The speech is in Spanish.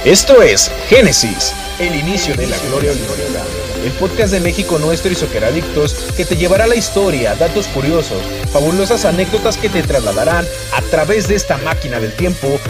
Esto es Génesis, el inicio de la gloria olímpica, el podcast de México Nuestro y Soccer Adictos que te llevará a la historia, datos curiosos, fabulosas anécdotas que te trasladarán a través de esta máquina del tiempo